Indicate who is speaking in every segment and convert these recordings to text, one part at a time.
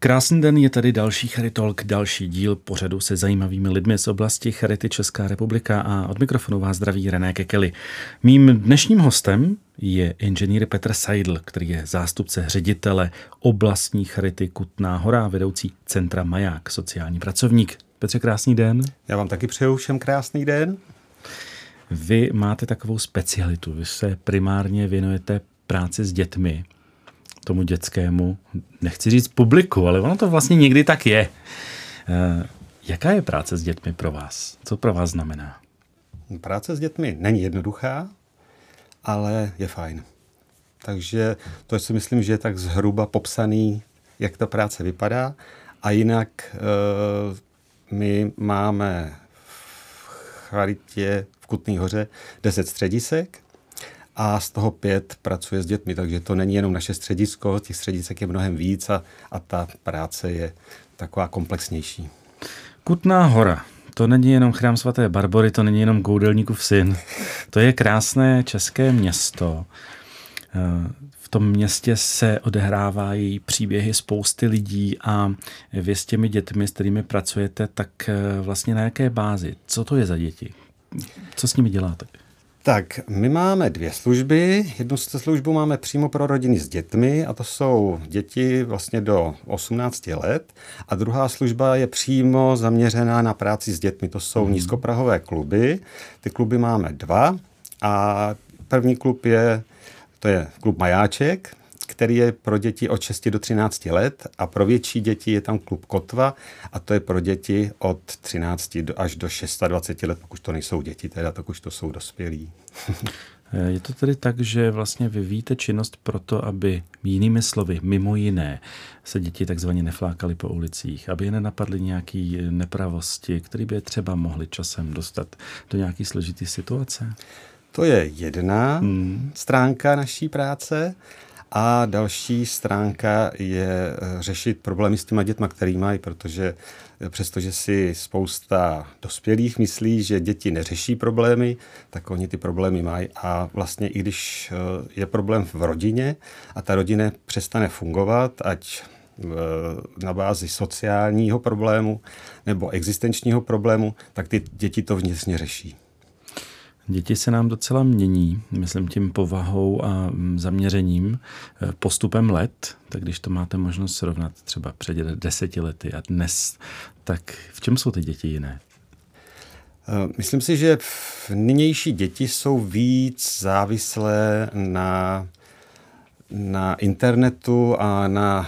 Speaker 1: Krásný den, je tady další Charitalk, další díl pořadu se zajímavými lidmi z oblasti charity Česká republika a od mikrofonu vás zdraví René Kekely. Mým dnešním hostem je inženýr Petr Seidl, který je zástupce ředitele oblastní charity Kutná Hora, vedoucí centra Maják, sociální pracovník. Petře, krásný den.
Speaker 2: Já vám taky přeju všem krásný den.
Speaker 1: Vy máte takovou specialitu, vy se primárně věnujete práci s dětmi, tomu dětskému, nechci říct publiku, ale ono to vlastně někdy tak je. Jaká je práce s dětmi pro vás? Co pro vás znamená?
Speaker 2: Práce s dětmi není jednoduchá, ale je fajn. Takže to si myslím, že je tak zhruba popsaný, jak ta práce vypadá. A jinak my máme v charitě v Kutné Hoře 10 středisek, a z toho 5 pracuje s dětmi, takže to není jenom naše středisko, těch středisek je mnohem víc a ta práce je taková komplexnější.
Speaker 1: Kutná Hora, to není jenom chrám svaté Barbory, to není jenom Koudelníkův syn, to je krásné české město. V tom městě se odehrávají příběhy spousty lidí a vy s těmi dětmi, s kterými pracujete, tak vlastně na jaké bázi? Co to je za děti? Co s nimi děláte?
Speaker 2: Tak, my máme 2 služby. Jednu službu máme přímo pro rodiny s dětmi a to jsou děti vlastně do 18 let. A druhá služba je přímo zaměřená na práci s dětmi. To jsou nízkoprahové kluby. Ty kluby máme 2 a první klub je klub Majáček, který je pro děti od 6 do 13 let a pro větší děti je tam klub Kotva a to je pro děti od 13 až do 26 let, pokud to nejsou děti, teda pokud to jsou dospělí.
Speaker 1: Je to tedy tak, že vlastně vyvíjíte činnost proto, aby jinými slovy, mimo jiné, se děti takzvaně neflákaly po ulicích, aby je nenapadly nějaké nepravosti, které by je třeba mohly časem dostat do nějaké složité situace?
Speaker 2: To je jedna stránka naší práce. A další stránka je řešit problémy s těma dětma, který mají, protože přestože si spousta dospělých myslí, že děti neřeší problémy, tak oni ty problémy mají. A vlastně i když je problém v rodině a ta rodina přestane fungovat, ať na bázi sociálního problému nebo existenčního problému, tak ty děti to vnitřně řeší.
Speaker 1: Děti se nám docela mění, myslím tím povahou a zaměřením, postupem let, tak když to máte možnost srovnat třeba před 10 lety a dnes, tak v čem jsou ty děti jiné?
Speaker 2: Myslím si, že nynější děti jsou víc závislé na internetu a na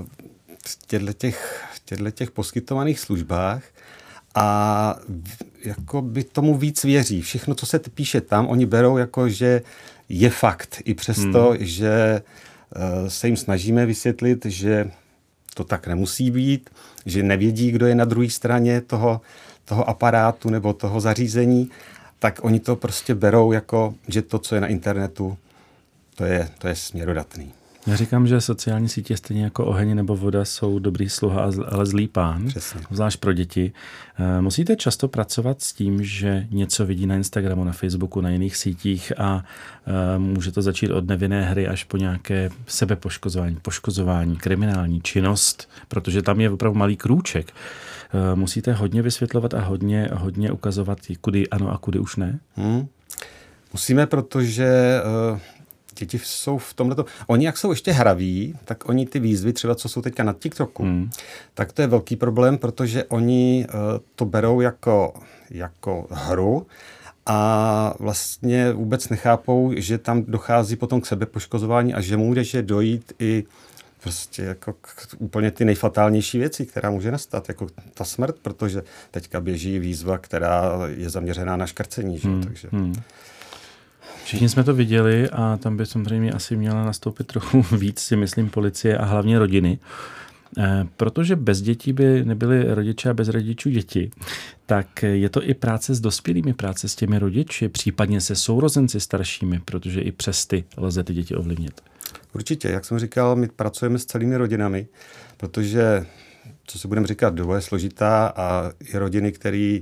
Speaker 2: těchto poskytovaných službách. A jako by tomu víc věří. Všechno, co se píše tam, oni berou jako, že je fakt. I přesto, že se jim snažíme vysvětlit, že to tak nemusí být, že nevědí, kdo je na druhé straně toho aparátu nebo toho zařízení, tak oni to prostě berou jako, že to, co je na internetu, to je směrodatný.
Speaker 1: Já říkám, že sociální sítě stejně jako oheň nebo voda jsou dobrý sluha, ale zlý pán, zvlášť pro děti. Musíte často pracovat s tím, že něco vidí na Instagramu, na Facebooku, na jiných sítích a může to začít od nevinné hry až po nějaké poškozování, kriminální činnost, protože tam je opravdu malý krůček. Musíte hodně vysvětlovat a hodně ukazovat, kudy ano a kudy už ne?
Speaker 2: Musíme, protože děti jsou v tomhleto. Oni, jak jsou ještě hraví, tak oni ty výzvy, třeba co jsou teďka na TikToku, tak to je velký problém, protože oni to berou jako hru a vlastně vůbec nechápou, že tam dochází potom k sebepoškozování a že může dojít i prostě jako k úplně ty nejfatálnější věci, která může nastat, jako ta smrt, protože teďka běží výzva, která je zaměřená na škrcení, že? Takže...
Speaker 1: Všichni jsme to viděli a tam by samozřejmě asi měla nastoupit trochu víc, si myslím, policie a hlavně rodiny. Protože bez dětí by nebyly rodiče a bez rodičů děti, tak je to i práce s dospělými, práce s těmi rodiči, případně se sourozenci staršími, protože i přes ty lze ty děti ovlivnit.
Speaker 2: Určitě, jak jsem říkal, my pracujeme s celými rodinami, protože, co si budeme říkat, doba je složitá a i rodiny, které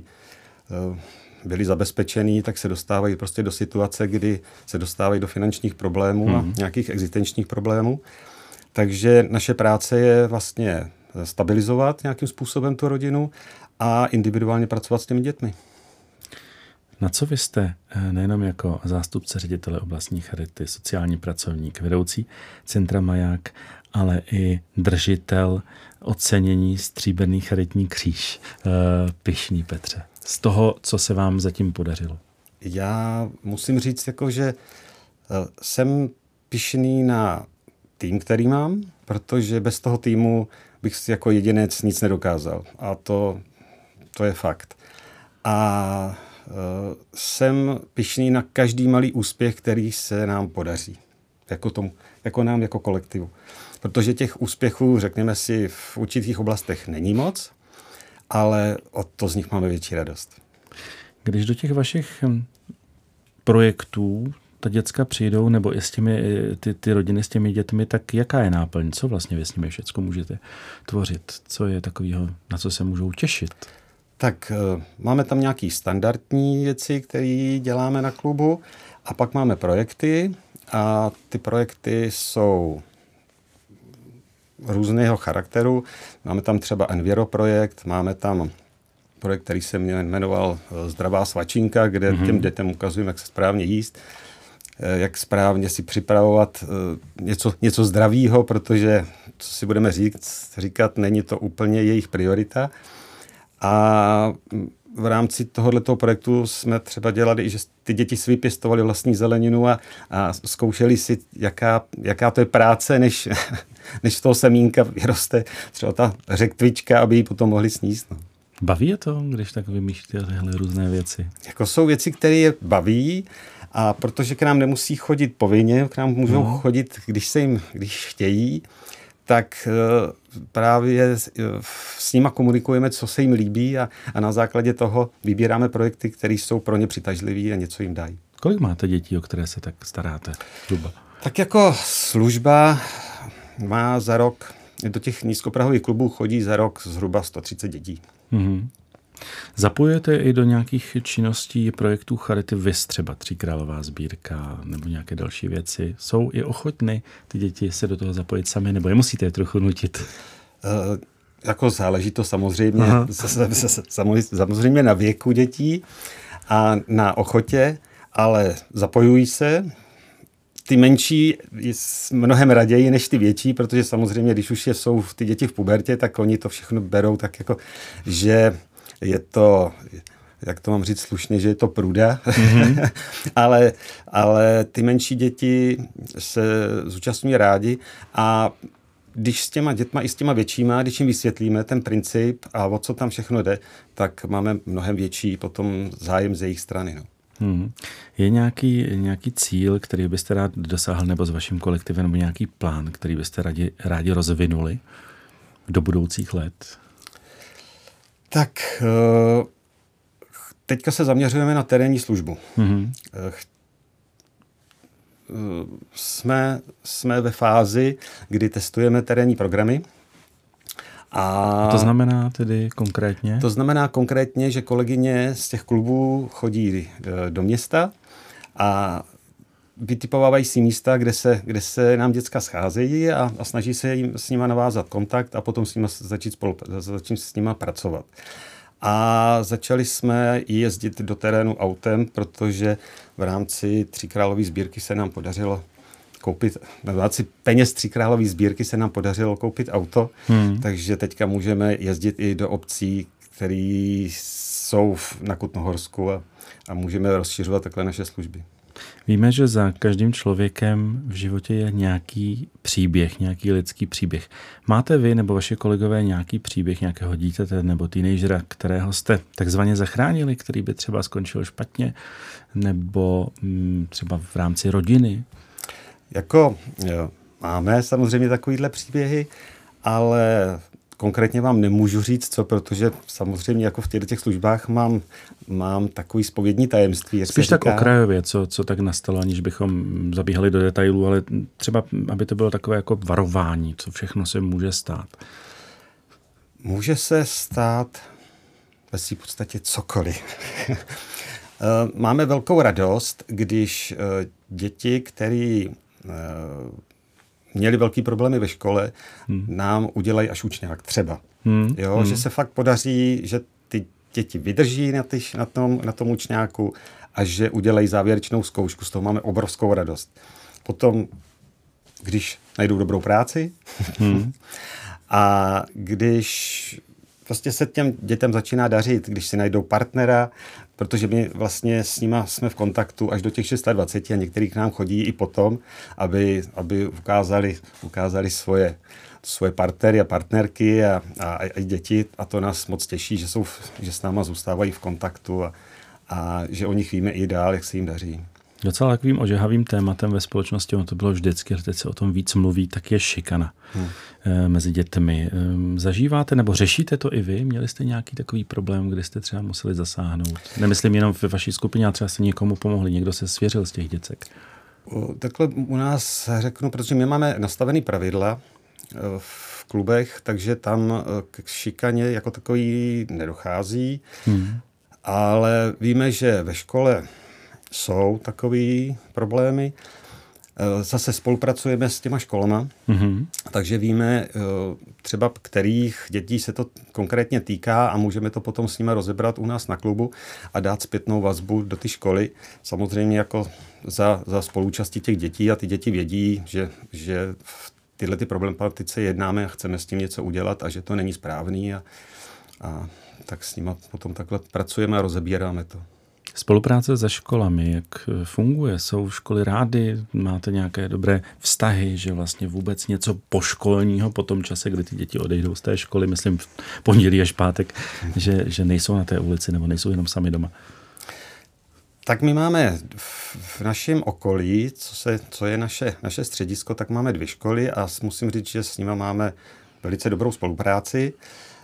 Speaker 2: byli zabezpečení, tak se dostávají prostě do situace, kdy se dostávají do finančních problémů a nějakých existenčních problémů. Takže naše práce je vlastně stabilizovat nějakým způsobem tu rodinu a individuálně pracovat s těmi dětmi.
Speaker 1: Na co vy jste nejenom jako zástupce ředitele oblastní charity, sociální pracovník, vedoucí Centra Maják, ale i držitel ocenění Stříbrný charitní kříž, pyšný, Petře, z toho, co se vám zatím podařilo?
Speaker 2: Já musím říct, že jsem pyšný na tým, který mám, protože bez toho týmu bych si jako jedinec nic nedokázal. A to je fakt. A jsem pyšný na každý malý úspěch, který se nám podaří. Jako nám, jako kolektivu. Protože těch úspěchů, řekněme si, v určitých oblastech není moc, ale o to z nich máme větší radost.
Speaker 1: Když do těch vašich projektů ta děcka přijdou, nebo i s těmi, ty rodiny s těmi dětmi, tak jaká je náplň? Co vlastně vy s nimi všecko můžete tvořit? Co je takového, na co se můžou těšit?
Speaker 2: Tak máme tam nějaké standardní věci, které děláme na klubu, a pak máme projekty a ty projekty jsou různého charakteru. Máme tam třeba Enviro projekt, máme tam projekt, který se jmenoval Zdravá svačinka, kde těm dětem ukazujeme, jak se správně jíst, jak správně si připravovat něco zdravého, protože, co si budeme říkat, není to úplně jejich priorita. A v rámci tohoto projektu jsme třeba dělali, že ty děti si vypěstovali vlastní zeleninu a zkoušeli si, jaká to je práce, než z toho semínka vyroste třeba ta řektvička, aby ji potom mohli sníst. No.
Speaker 1: Baví je to, když tak vymýšlíte tyhle různé věci?
Speaker 2: Jsou věci, které je baví, a protože k nám nemusí chodit povinně, k nám můžou chodit, když chtějí, tak právě s nima komunikujeme, co se jim líbí, a na základě toho vybíráme projekty, které jsou pro ně přitažlivé a něco jim dají.
Speaker 1: Kolik máte dětí, o které se tak staráte? Služba?
Speaker 2: Tak jako služba má za rok, do těch nízkoprahových klubů chodí za rok zhruba 130 dětí.
Speaker 1: Mm-hmm. Zapojujete i do nějakých činností projektů charity VIS, třeba Tříkrálová sbírka nebo nějaké další věci? Jsou i ochotny ty děti se do toho zapojit sami, nebo je musíte je trochu nutit?
Speaker 2: Záleží to samozřejmě na věku dětí a na ochotě, ale zapojují se. Ty menší mnohem raději než ty větší, protože samozřejmě, když už jsou ty děti v pubertě, tak oni to všechno berou tak jako, že je to, jak to mám říct slušně, že je to průda, ale ty menší děti se zúčastňují rádi, a když s těma dětma i s těma většíma, když jim vysvětlíme ten princip a o co tam všechno jde, tak máme mnohem větší potom zájem z jejich strany. No.
Speaker 1: Je nějaký cíl, který byste rád dosáhl, nebo s vaším kolektivem, nebo nějaký plán, který byste rádi rozvinuli do budoucích let?
Speaker 2: Tak teďka se zaměřujeme na terénní službu. Jsme ve fázi, kdy testujeme terénní programy.
Speaker 1: A to znamená tedy konkrétně?
Speaker 2: To znamená konkrétně, že kolegyně z těch klubů chodí do města a vytipovávají si místa, kde se nám děcka scházejí a snaží se s nima navázat kontakt a potom začít s nima pracovat. A začali jsme jezdit do terénu autem, protože v rámci Tříkrálové sbírky se nám podařilo koupit, v rámci peněz Tříkrálové sbírky se nám podařilo koupit auto, takže teďka můžeme jezdit i do obcí, které jsou na Kutnohorsku, a můžeme rozšiřovat takhle naše služby.
Speaker 1: Víme, že za každým člověkem v životě je nějaký příběh, nějaký lidský příběh. Máte vy nebo vaši kolegové nějaký příběh nějakého dítěte nebo teenagera, kterého jste takzvaně zachránili, který by třeba skončil špatně, nebo třeba v rámci rodiny?
Speaker 2: Máme samozřejmě takovýhle příběhy, ale konkrétně vám nemůžu říct co, protože samozřejmě jako v těch službách mám takový zpovědní tajemství.
Speaker 1: Spíš tak okrajově, co tak nastalo, aniž bychom zabíhali do detailů, ale třeba, aby to bylo takové jako varování, co všechno se může stát.
Speaker 2: Může se stát ve v podstatě cokoliv. Máme velkou radost, když děti, které měli velký problémy ve škole, nám udělají až učňák třeba. Že se fakt podaří, že ty děti vydrží na tom učňáku a že udělají závěrečnou zkoušku. Z toho máme obrovskou radost. Potom, když najdou dobrou práci a když prostě se těm dětem začíná dařit, když si najdou partnera, protože my vlastně s nima jsme v kontaktu až do těch 26 a některý k nám chodí i potom, aby ukázali svoje partnery a partnerky a děti, a to nás moc těší, že s náma zůstávají v kontaktu a že o nich víme i dál, jak se jim daří.
Speaker 1: Docela takovým ožehavým tématem ve společnosti, to bylo vždycky, teď se o tom víc mluví, tak je šikana mezi dětmi. Zažíváte nebo řešíte to i vy? Měli jste nějaký takový problém, kdy jste třeba museli zasáhnout? Nemyslím jenom ve vaší skupině, a třeba jste někomu pomohli, někdo se svěřil z těch děcek.
Speaker 2: Takhle u nás řeknu, protože my máme nastavený pravidla v klubech, takže tam k šikaně jako takový nedochází, ale víme, že ve škole jsou takový problémy. Zase spolupracujeme s těma školama, takže víme třeba, kterých dětí se to konkrétně týká a můžeme to potom s nimi rozebrat u nás na klubu a dát zpětnou vazbu do ty školy. Samozřejmě jako za spoluúčastí těch dětí, a ty děti vědí, že v tyhle ty problematice jednáme a chceme s tím něco udělat a že to není správný a tak s nimi potom takhle pracujeme a rozebíráme to.
Speaker 1: Spolupráce se školami, jak funguje? Jsou školy rády? Máte nějaké dobré vztahy, že vlastně vůbec něco poškolního po tom čase, kdy ty děti odejdou z té školy, myslím v pondělí až pátek, že nejsou na té ulici nebo nejsou jenom sami doma?
Speaker 2: Tak my máme v našem okolí, co je naše středisko, tak máme 2 školy a musím říct, že s nimi máme velice dobrou spolupráci.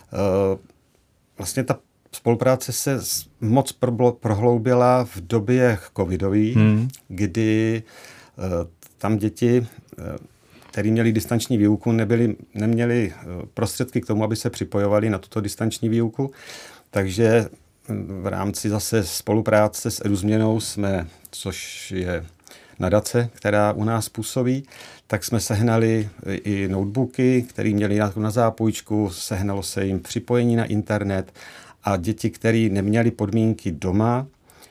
Speaker 2: Vlastně ta spolupráce se moc prohloubila v době covidové, kdy tam děti, které měly distanční výuku, neměli prostředky k tomu, aby se připojovali na tuto distanční výuku. Takže v rámci zase spolupráce s EduZměnou což je nadace, která u nás působí, tak jsme sehnali i notebooky, které měli na zápůjčku, sehnalo se jim připojení na internet. A děti, které neměly podmínky doma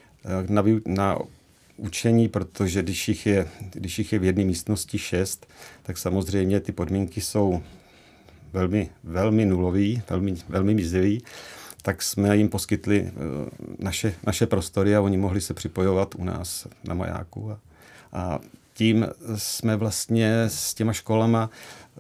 Speaker 2: na učení, protože když jich je v jedné místnosti 6, tak samozřejmě ty podmínky jsou velmi, velmi nulový, velmi, velmi mizivý, tak jsme jim poskytli naše prostory a oni mohli se připojovat u nás na Majáku. A tím jsme vlastně s těma školama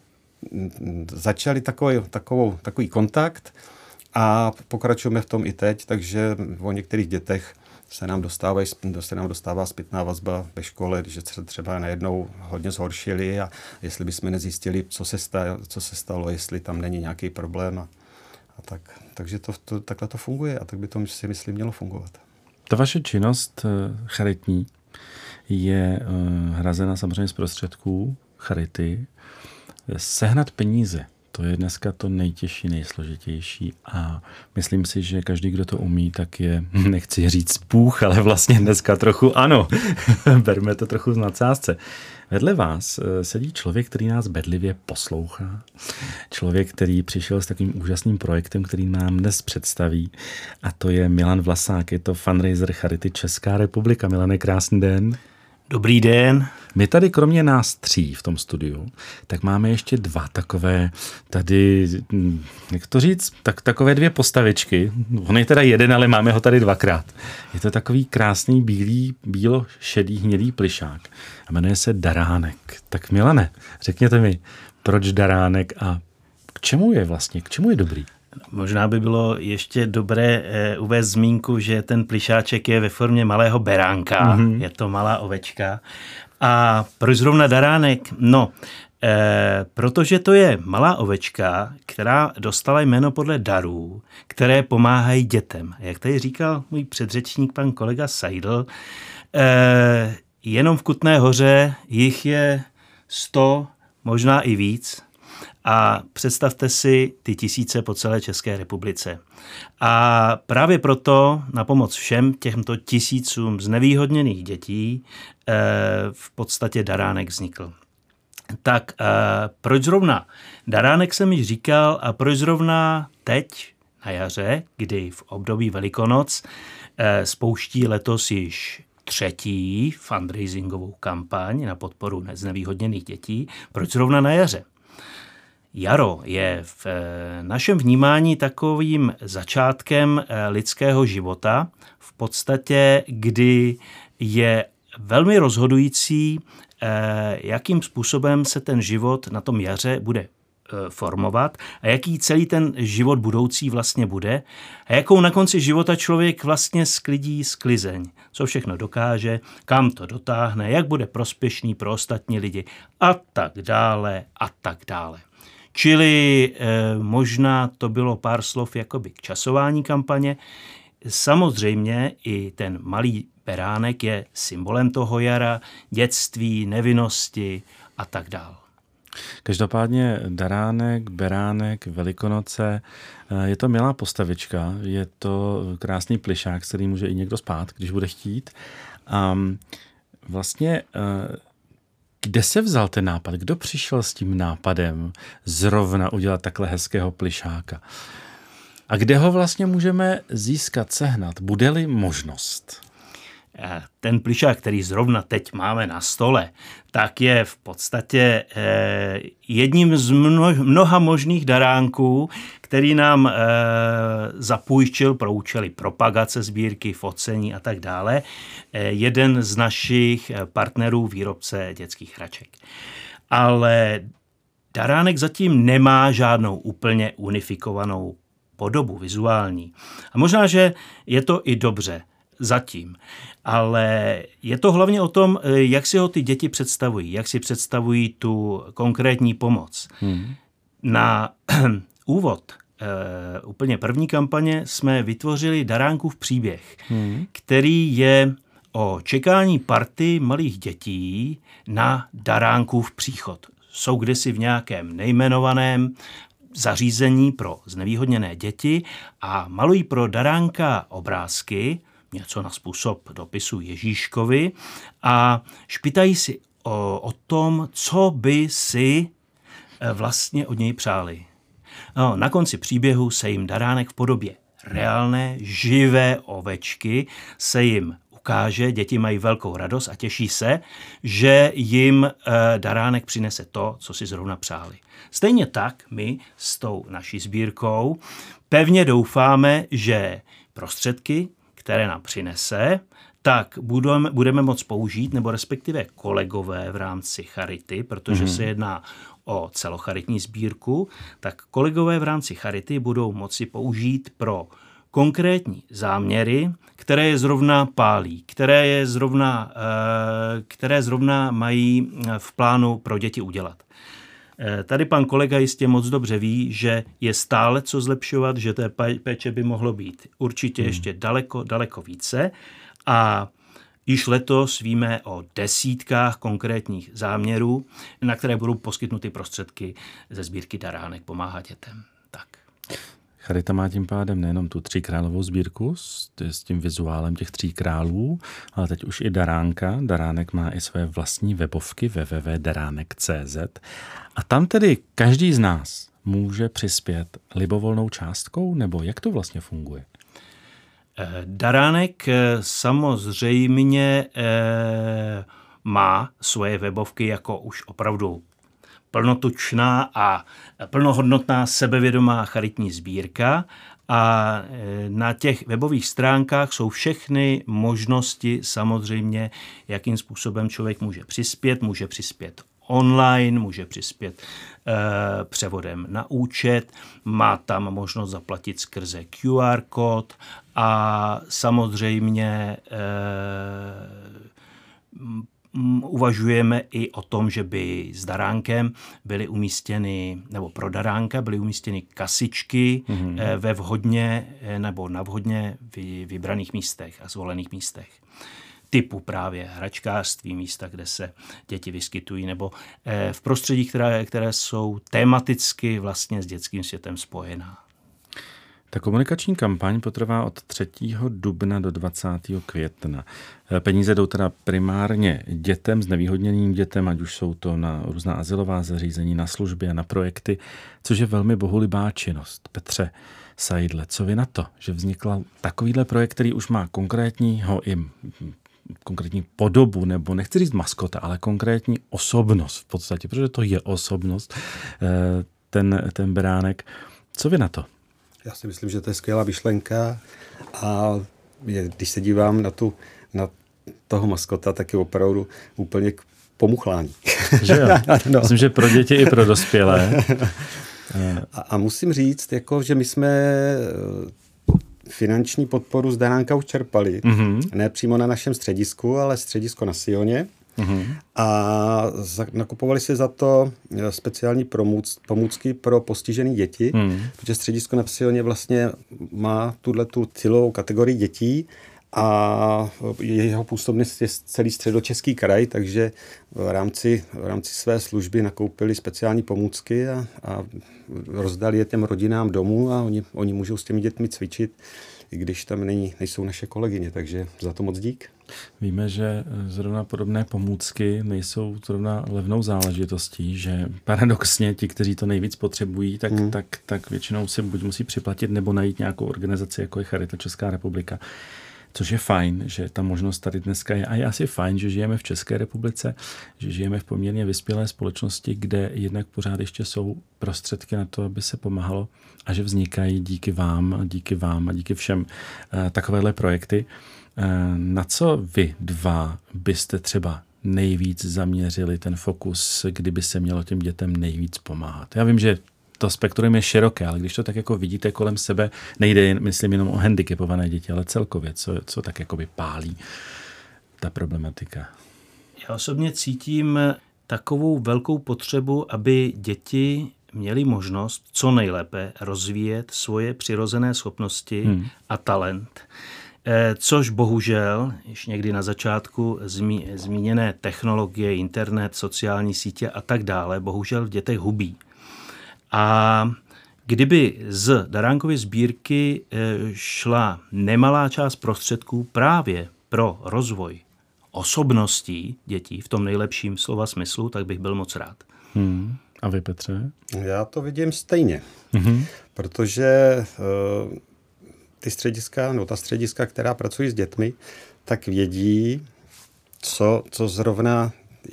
Speaker 2: začali takový kontakt, a pokračujeme v tom i teď, takže o některých dětech se nám dostává zpětná vazba ve škole, že se třeba najednou hodně zhoršili a jestli bychom nezjistili, co se stalo, jestli tam není nějaký problém a tak. Takže takhle to funguje a tak by to si myslím mělo fungovat.
Speaker 1: Ta vaše činnost charitní je hrazena samozřejmě z prostředků charity. Sehnat peníze. To je dneska to nejtěžší, nejsložitější a myslím si, že každý, kdo to umí, tak je, nechci říct bůh, ale vlastně dneska trochu ano. Berme to trochu z nadsázce. Vedle vás sedí člověk, který nás bedlivě poslouchá. Člověk, který přišel s takovým úžasným projektem, který nám dnes představí, a to je Milan Vlasák. Je to fundraiser Charity Česká republika. Milane, krásný den.
Speaker 3: Dobrý den.
Speaker 1: My tady kromě nás 3 v tom studiu, tak máme ještě 2 takové tady, jak to říct, takové 2 postavičky. On je teda jeden, ale máme ho tady 2krát. Je to takový krásný bílo-šedý hnědý plišák a jmenuje se Daránek. Tak Milane, řekněte mi, proč Daránek a k čemu je dobrý?
Speaker 3: Možná by bylo ještě dobré uvést zmínku, že ten plišáček je ve formě malého beránka, je to malá ovečka. A proč zrovna Daránek? No, protože to je malá ovečka, která dostala jméno podle darů, které pomáhají dětem. Jak tady říkal můj předřečník, pan kolega Seidl, jenom v Kutné Hoře jich je 100, možná i víc. A představte si ty tisíce po celé České republice. A právě proto na pomoc všem těmto tisícům znevýhodněných dětí v podstatě Daránek vznikl. Tak proč zrovna Daránek jsem již říkal, a proč zrovna teď na jaře, kdy v období Velikonoc spouští letos již 3. fundraisingovou kampaň na podporu znevýhodněných dětí, proč zrovna na jaře? Jaro je v našem vnímání takovým začátkem lidského života, v podstatě, kdy je velmi rozhodující, jakým způsobem se ten život na tom jaře bude formovat a jaký celý ten život budoucí vlastně bude a jakou na konci života člověk vlastně sklidí sklizeň, co všechno dokáže, kam to dotáhne, jak bude prospěšný pro ostatní lidi a tak dále a tak dále. Čili možná to bylo pár slov jakoby k časování kampaně. Samozřejmě i ten malý beránek je symbolem toho jara, dětství, nevinnosti a tak dále.
Speaker 1: Každopádně Daránek, Beránek, Velikonoce, je to milá postavička, je to krásný plišák, s kterým může i někdo spát, když bude chtít. Vlastně kde se vzal ten nápad? Kdo přišel s tím nápadem zrovna udělat takhle hezkého plišáka? A kde ho vlastně můžeme získat, sehnat? Bude-li možnost?
Speaker 3: Ten plišák, který zrovna teď máme na stole, tak je v podstatě jedním z mnoha možných daránků, který nám zapůjčil pro účely propagace sbírky, focení a tak dále, jeden z našich partnerů, výrobce dětských hraček. Ale daránek zatím nemá žádnou úplně unifikovanou podobu vizuální. A možná, že je to i dobře. Zatím. Ale je to hlavně o tom, jak si ho ty děti představují, jak si představují tu konkrétní pomoc. Na úvod úplně první kampaně jsme vytvořili Daránkův příběh, který je o čekání party malých dětí na Daránkův příchod. Jsou kdysi v nějakém nejmenovaném zařízení pro znevýhodněné děti a malují pro Daránka obrázky, něco na způsob dopisu Ježíškovi a špitají si o tom, co by si vlastně od něj přáli. No, na konci příběhu se jim Daránek v podobě reálné, živé ovečky se jim ukáže, děti mají velkou radost a těší se, že jim Daránek přinese to, co si zrovna přáli. Stejně tak my s tou naší sbírkou pevně doufáme, že prostředky, které nám přinese, tak budeme moct použít, nebo respektive kolegové v rámci charity, protože se jedná o celocharitní sbírku, tak kolegové v rámci charity budou moci použít pro konkrétní záměry, které je zrovna pálí, které zrovna mají v plánu pro děti udělat. Tady pan kolega jistě moc dobře ví, že je stále co zlepšovat, že té péče by mohlo být určitě ještě daleko, daleko více a již letos víme o desítkách konkrétních záměrů, na které budou poskytnuty prostředky ze sbírky Daránek pomáhat dětem. Tak.
Speaker 1: Charita má tím pádem nejenom tu 3 královou sbírku s tím vizuálem těch 3 králů, ale teď už i Daránka. Daránek má i své vlastní webovky www.daránek.cz a tam tedy každý z nás může přispět libovolnou částkou, nebo jak to vlastně funguje?
Speaker 3: Daránek samozřejmě má svoje webovky jako už opravdu plnotučná a plnohodnotná sebevědomá charitní sbírka a na těch webových stránkách jsou všechny možnosti samozřejmě, jakým způsobem člověk může přispět online, může přispět převodem na účet, má tam možnost zaplatit skrze QR kód a samozřejmě uvažujeme i o tom, že by s Daránkem byly umístěny, nebo pro Daránka byly umístěny kasičky ve vhodně nebo na vhodně vybraných místech a zvolených místech. Typu právě hračkářství, místa, kde se děti vyskytují, nebo v prostředí, které jsou tematicky vlastně s dětským světem spojená.
Speaker 1: Ta komunikační kampaň potrvá od 3. dubna do 20. května. Peníze jdou teda primárně dětem, znevýhodněným dětem, ať už jsou to na různá azylová zařízení, na služby a na projekty, což je velmi bohulibá činnost. Petře Seidle, co vy na to, že vznikl takovýhle projekt, který už má konkrétní podobu, nebo nechci říct maskota, ale konkrétní osobnost v podstatě, protože to je osobnost, ten beránek. Co vy na to?
Speaker 2: Já si myslím, že to je skvělá myšlenka a když se dívám na toho maskota, tak je opravdu úplně k pomuchlání.
Speaker 1: Že jo? No. Myslím, že pro děti i pro dospělé.
Speaker 2: A musím říct, jako, že my jsme finanční podporu z Daránka už čerpali. Ne přímo na našem středisku, ale středisko na Sioně. A nakupovali si za to speciální pomůcky pro postižené děti, protože středisko na Sioně vlastně má tu cílovou kategorii dětí a jeho působnost je celý Středočeský kraj, takže v rámci své služby nakoupili speciální pomůcky a rozdali je těm rodinám domů a oni můžou s těmi dětmi cvičit, i když tam nejsou naše kolegyně, takže za to moc dík.
Speaker 1: Víme, že zrovna podobné pomůcky nejsou zrovna levnou záležitostí, že paradoxně ti, kteří to nejvíc potřebují, tak většinou si buď musí připlatit nebo najít nějakou organizaci, jako je Charita Česká republika. Což je fajn, že ta možnost tady dneska je. A je asi fajn, že žijeme v České republice, že žijeme v poměrně vyspělé společnosti, kde jednak pořád ještě jsou prostředky na to, aby se pomáhalo a že vznikají díky vám a díky všem takovéhle projekty. Na co vy dva byste třeba nejvíc zaměřili ten fokus, kdyby se mělo těm dětem nejvíc pomáhat? Já vím, že to spektrum je široké, ale když to tak jako vidíte kolem sebe, nejde, myslím, jenom o handicapované děti, ale celkově, co tak jakoby pálí ta problematika?
Speaker 3: Já osobně cítím takovou velkou potřebu, aby děti měly možnost co nejlépe rozvíjet svoje přirozené schopnosti a talent. Což bohužel, již někdy na začátku zmíněné technologie, internet, sociální sítě a tak dále, bohužel v dětech hubí. A kdyby z Daránkovy sbírky šla nemalá část prostředků právě pro rozvoj osobností dětí, v tom nejlepším slova smyslu, tak bych byl moc rád.
Speaker 1: A vy, Petře?
Speaker 2: Já to vidím stejně, protože ty střediska, ta střediska, která pracují s dětmi, tak vědí, co zrovna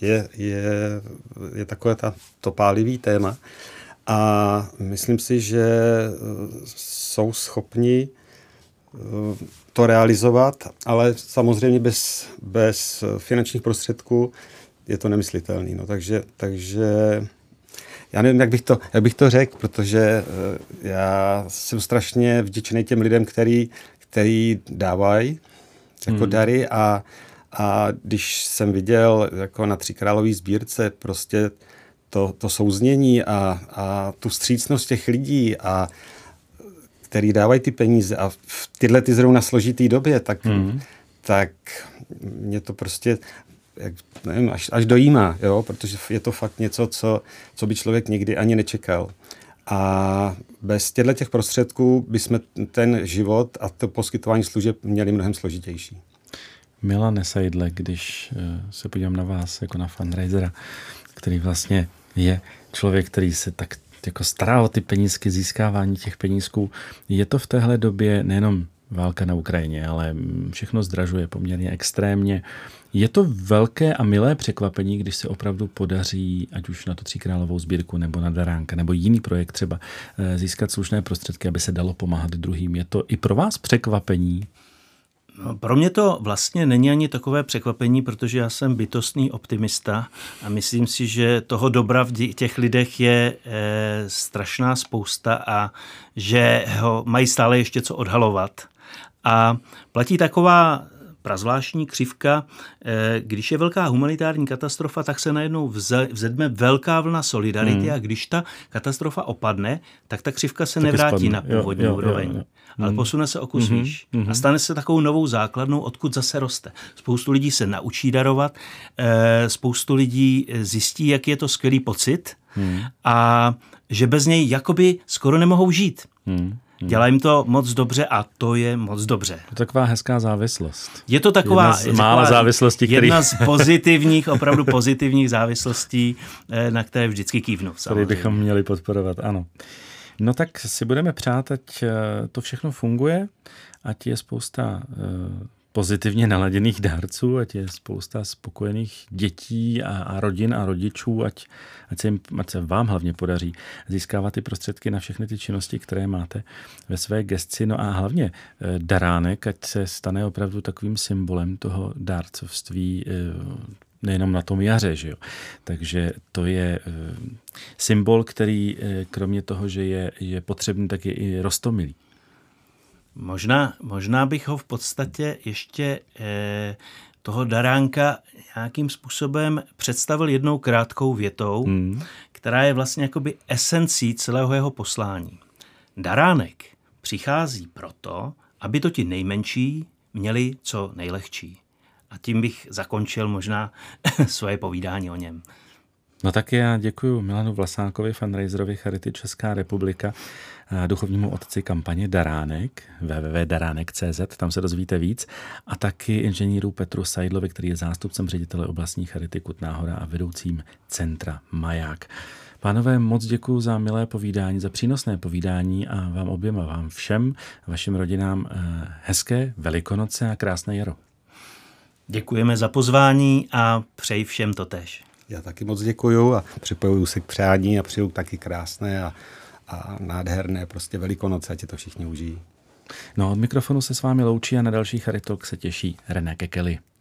Speaker 2: je takové to pálivý téma. A myslím si, že jsou schopni to realizovat, ale samozřejmě bez finančních prostředků je to nemyslitelné. No, takže já nevím, jak bych to řekl, protože já jsem strašně vděčný těm lidem, který dávají jako dary a když jsem viděl jako na Tříkrálový sbírce prostě to souznění a tu vstřícnost těch lidí, který dávají ty peníze a v tyhle zrovna složitý době, tak mě to prostě nevím, až dojímá, jo? Protože je to fakt něco, co by člověk nikdy ani nečekal. A bez těch prostředků bychom ten život a to poskytování služeb měli mnohem složitější.
Speaker 1: Milane Seidle, když se podívám na vás jako na fundraisera, který vlastně je člověk, který se tak jako stará o ty penízky, získávání těch penízků. Je to v téhle době nejenom válka na Ukrajině, ale všechno zdražuje poměrně extrémně. Je to velké a milé překvapení, když se opravdu podaří, ať už na to Tříkrálovou sbírku, nebo na Daránka, nebo jiný projekt třeba, získat slušné prostředky, aby se dalo pomáhat druhým. Je to i pro vás překvapení?
Speaker 3: No, pro mě to vlastně není ani takové překvapení, protože já jsem bytostný optimista a myslím si, že toho dobra v těch lidech je strašná spousta a že ho mají stále ještě co odhalovat. A platí taková prazvláštní křivka, když je velká humanitární katastrofa, tak se najednou vzedme velká vlna solidarity a když ta katastrofa opadne, tak ta křivka se nevrátí na původní úroveň. Ale posune se o kus výš a stane se takovou novou základnou, odkud zase roste. Spoustu lidí se naučí darovat, spoustu lidí zjistí, jak je to skvělý pocit a že bez něj jakoby skoro nemohou žít. Dělá jim to moc dobře a to je moc dobře.
Speaker 1: To je taková hezká závislost.
Speaker 3: Je to taková
Speaker 1: mála závislostí,
Speaker 3: jedna z pozitivních, opravdu pozitivních závislostí, na které vždycky kývnu.
Speaker 1: Které bychom měli podporovat, ano. No tak si budeme přát, ať to všechno funguje, ať je spousta pozitivně naladěných dárců, ať je spousta spokojených dětí a rodin a rodičů, ať se vám hlavně podaří získávat ty prostředky na všechny ty činnosti, které máte ve své gesci. No a hlavně daránek, ať se stane opravdu takovým symbolem toho dárcovství nejenom na tom jaře, že jo. Takže to je symbol, který kromě toho, že je potřebný, tak je i roztomilý.
Speaker 3: Možná bych ho v podstatě ještě toho daránka nějakým způsobem představil jednou krátkou větou, která je vlastně jakoby esencí celého jeho poslání. Daránek přichází proto, aby to ti nejmenší měli co nejlehčí. A tím bych zakončil možná svoje povídání o něm.
Speaker 1: No tak já děkuji Milanu Vlasákovi, fundraiserovi Charity Česká republika, duchovnímu otci kampaně Daránek, www.daránek.cz, tam se dozvíte víc, a taky inženýru Petru Seidlovi, který je zástupcem ředitele oblastní Charity Kutná Hora a vedoucím centra Maják. Pánové, moc děkuji za milé povídání, za přínosné povídání a vám oběma, vám všem, vašim rodinám hezké Velikonoce a krásné jaro.
Speaker 3: Děkujeme za pozvání a přeji všem totéž.
Speaker 2: Já taky moc děkuju a připojuju se k přání a přeju taky krásné a nádherné prostě Velikonoce, ať to všichni užijí.
Speaker 1: No, od mikrofonu se s vámi loučí a na další Charitalk se těší René Kekely.